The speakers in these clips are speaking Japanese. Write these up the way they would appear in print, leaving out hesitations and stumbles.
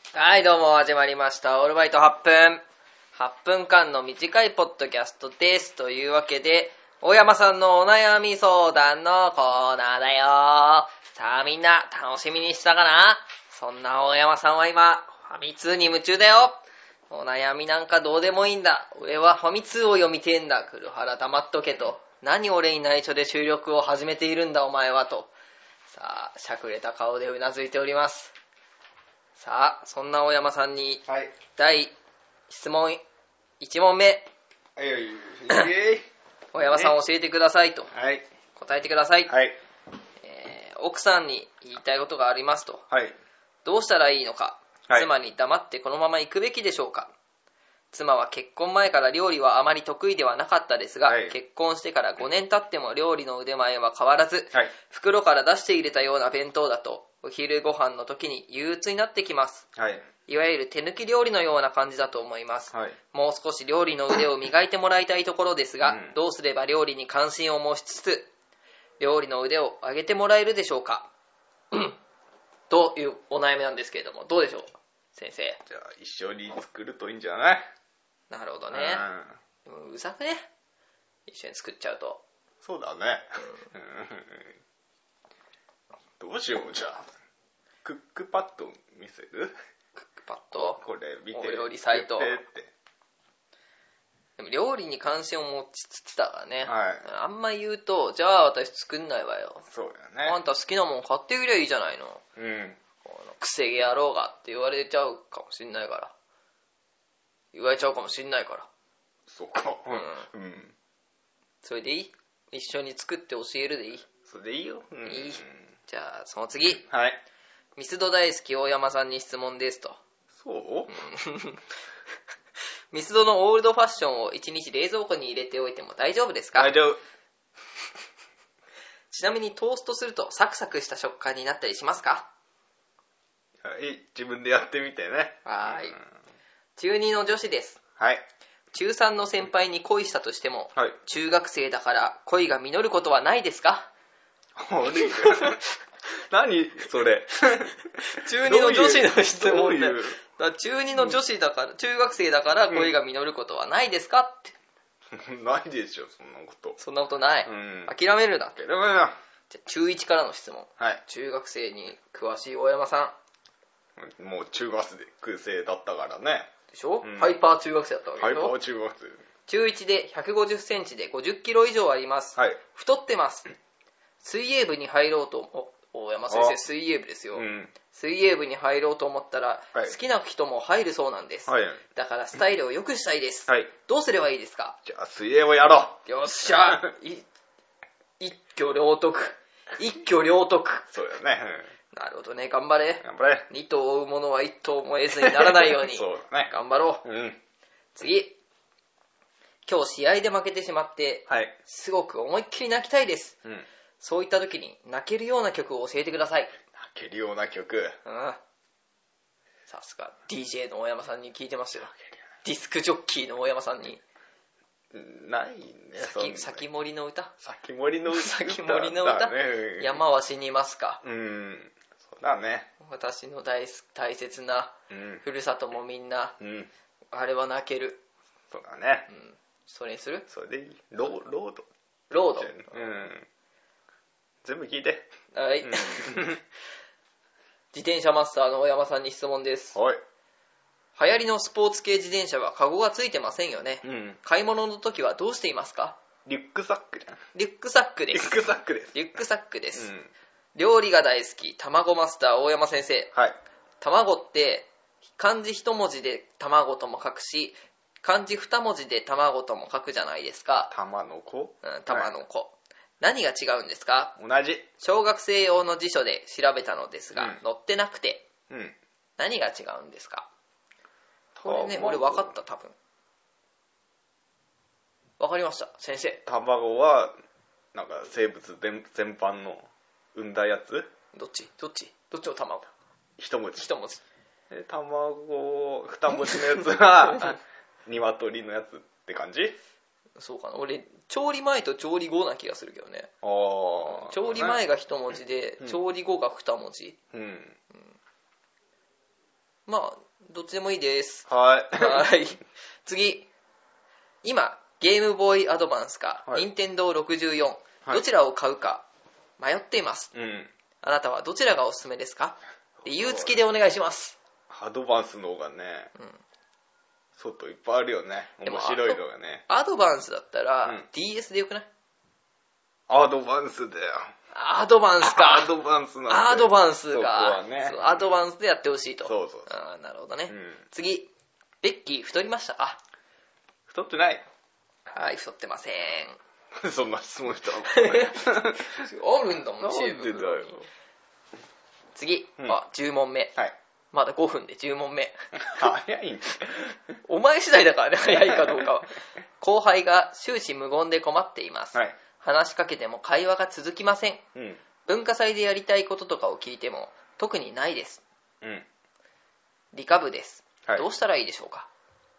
はいどうも始まりましたオールバイト8分間の短いポッドキャストです。というわけで大山さんのお悩み相談のコーナーだよ。さあみんな楽しみにしたかな。そんな大山さんは今ファミ通に夢中だよ。お悩みなんかどうでもいいんだ。俺はファミ通を読みてえんだ。黒原黙っとけと。何俺に内緒で収録を始めているんだお前はと。さあしゃくれた顔でうなずいております。さあそんな大山さんに、 はい、 第質問1問目、大山さん教えてくださいと、 はい、 答えてください、 はい、 奥さんに言いたいことがありますと、 はい、 どうしたらいいのか、 はい、 妻に黙ってこのまま行くべきでしょうか。妻は結婚前から料理はあまり得意ではなかったですが、 はい、 結婚してから5年経っても料理の腕前は変わらず、 はい、 袋から出して入れたような弁当だとお昼ご飯の時に憂鬱になってきます。 はい、 いわゆる手抜き料理のような感じだと思います、 はい、 もう少し料理の腕を磨いてもらいたいところですが、 うん、 どうすれば料理に関心を持ちつつ料理の腕を上げてもらえるでしょうかというお悩みなんですけれども、どうでしょう先生。 じゃあ一緒に作るといいんじゃない。 なるほどね。でもうざくね、一緒に作っちゃうと。 そうだね、どうしよう。じゃあクックパッド見せる。 クックパッド、 これ見て、 お料理サイト。 って。 でも料理に関心を持ちつつだからね、 はい、 あんま言うと、じゃあ私作んないわよ、 そうだね、 あんた好きなもん買ってくりゃいいじゃないの、くせ毛野郎がって言われちゃうかもしんないから、言われちゃうかもしんないから。 そうか、 それでいい？一緒に作って教えるでいい？ それでいいよ、 いい。じゃあその次、 はい、 ミスド大好き大山さんに質問ですと。 そうミスドのオールドファッションを1日冷蔵庫に入れておいても大丈夫ですか？ 大丈夫。 ちなみにトーストするとサクサクした食感になったりしますか？ はい、自分でやってみてね。 はい、中2の女子です。 はい、 中3の先輩に恋したとしても、 はい、 中学生だから恋が実ることはないですか？ 何それ。 中2の女子の質問で、 だ中2の女子だから、中学生だから恋が実ることはないですかって。 ないでしょそんなこと。 そんなことない、諦めるなって。 ダメだ。 じゃあ中1からの質問、 はい、 中学生に詳しい大山さん。もう中学生だったからね。 でしょ、ハイパー中学生だったわけでしょ。 ハイパー中学生。 中1で150センチで50キロ以上あります、 はい、 太ってます。水泳部に入ろうと、大山先生水泳部ですよ、水泳部に入ろうと思ったら、 はい、 好きな人も入るそうなんです、 はい、 だからスタイルを良くしたいです、 はい、 どうすればいいですか？ じゃあ水泳をやろう。よっしゃ一挙両得。一挙両得。 そうだね、 なるほどね、頑張れ。 頑張れ。 二頭追う者は一頭も得ずにならないようにそうだね、 頑張ろう、次。今日試合で負けてしまって、 はい、 すごく思いっきり泣きたいです、そういった時に泣けるような曲を教えてください。 泣けるような曲。 さすが DJ の大山さんに聞いてますよ。ディスクジョッキーの大山さんに。 ないね。 先森の歌。 先森の歌。 先森の歌、山は死にますか。 そうだね。 私の大切なふるさともみんな、あれは泣ける。 そうだね。 それにする？ それでいい。ロード。全部聞いて。 はい。自転車マスターの大山さんに質問です。 はい。 流行りのスポーツ系自転車はカゴがついてませんよね。買い物の時はどうしていますか？ リュックサックじゃん。 リュックサックです。 リュックサックです。 リュックサックです。料理が大好き卵マスター大山先生。 はい。 卵って漢字一文字で卵とも書くし、漢字二文字で卵とも書くじゃないですか。 玉の子。 玉の子。何が違うんですか？ 同じ。 小学生用の辞書で調べたのですが、載ってなくて、何が違うんですか？これね、俺分かった、多分。分かりました、先生。 卵はなんか生物全般の産んだやつ？ どっちの卵？ 一文字。 卵二文字のやつは鶏のやつって感じ？ そうかな。俺調理前と調理後な気がするけどね。調理前が一文字で、調理後が二文字。まあどっちでもいいです。 はいはい次、今ゲームボーイアドバンスか、 はい任天堂64、 はいどちらを買うか迷っています。 うんあなたはどちらがおすすめですか？理由付きでお願いします。 アドバンスの方がね、外いっぱいあるよね。 でも面白いのがね。 アドバンスだったら、 うん DS でよくない？ アドバンスだよ。 アドバンスか。 アドバンスなんだよ。 アドバンスそこかはね。 そうアドバンスでやってほしいと。 そうそうそう。 あーなるほどね、 うん次、ベッキー太りましたか？ 太ってないはい、太ってません。 そんな質問したのあるんだもん、 なん知恵袋にでだよ。 次、 うん 10問目。 はい。 まだ5分で10問目。 早いんだ。 お前次第だからね、早いかどうかは。後輩が終始無言で困っています。 はい。 話しかけても会話が続きません。 うん。 文化祭でやりたいこととかを聞いても特にないです。 うん。 理科部です。 はいどうしたらいいでしょうか？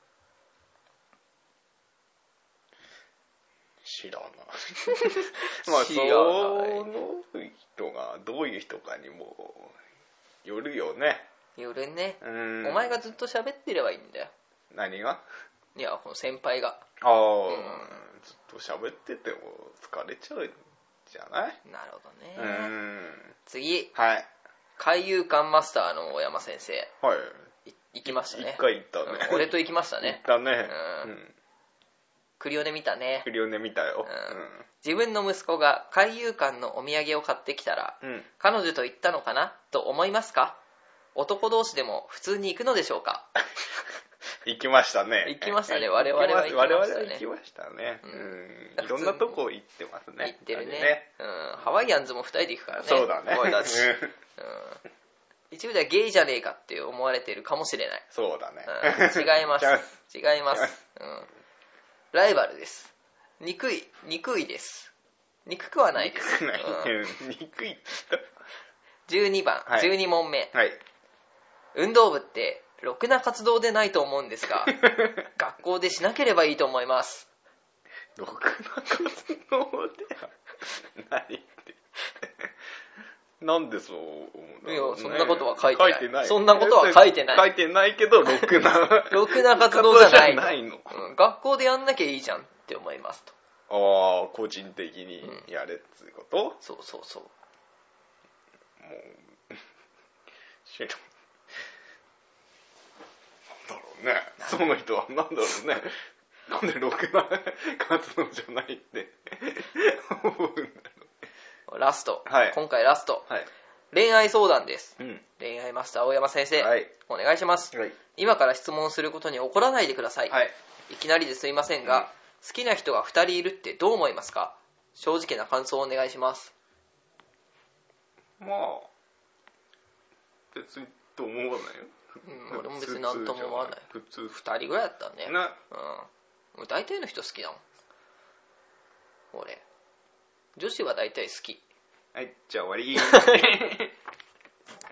知らない。まあ、 知そらないの人がどういう人かにもよるよね。 よるね、 うん。 お前がずっと喋ってればいいんだよ。 何がいや、この先輩が。 ああ、ずっと喋ってても疲れちゃうんじゃない？ なるほどね、次、 はい。 海遊館マスターの大山先生はい。 行きましたね。 一回行ったね。 俺と行きました行ねっ。たね。 クリオネ見たね。 クリオネ見たよ。 自分の息子が海遊館のお土産を買ってきたら、彼女と行ったのかなと思いますか？男同士でも普通に行くのでしょうか？ 行きましたね。 行きましたね。我々は行きましたね。 我々は行きましたね。いろんなとこ行ってますね。 行ってるね。ハワイアンズも2人で行くからね。 そうだね。 俺たち一部ではゲイじゃねえかって思われてるかもしれない。 そうだね。 違います。違います。ライバルです。憎いです。憎くはないです。 憎い。 12番、 はい 12問目。 はい。 運動部ってろくな活動でないと思うんですが、学校でしなければいいと思います。 ろくな活動で何って。なんでそう思うんだろうね。 いや、そんなことは書いてない。 書いてない。 そんなことは書いてない。 書いてないけど、ろくな活動じゃないの。 ないの。 学校でやんなきゃいいじゃんって思いますと。 ああ、個人的にやれっていうこと、 そうそうそう。 もう、知らん。なんだろうね。その人はなんだろうね。なんでろくな活動じゃないって思うんだろう。 ラスト、 はい、 今回ラスト、 はい、 恋愛相談です、 恋愛マスター大山先生、 はい、 お願いします、 はい、 今から質問することに怒らないでください、 はい、 いきなりですいませんが、好きな人が2人いるってどう思いますか？正直な感想をお願いします。 まあ別にと思わないよ、 俺も別になんとも思わない。 普通 2人ぐらいだったらね、もう大体の人好きだもん俺。女子は大体好き。 はい、じゃあ終わり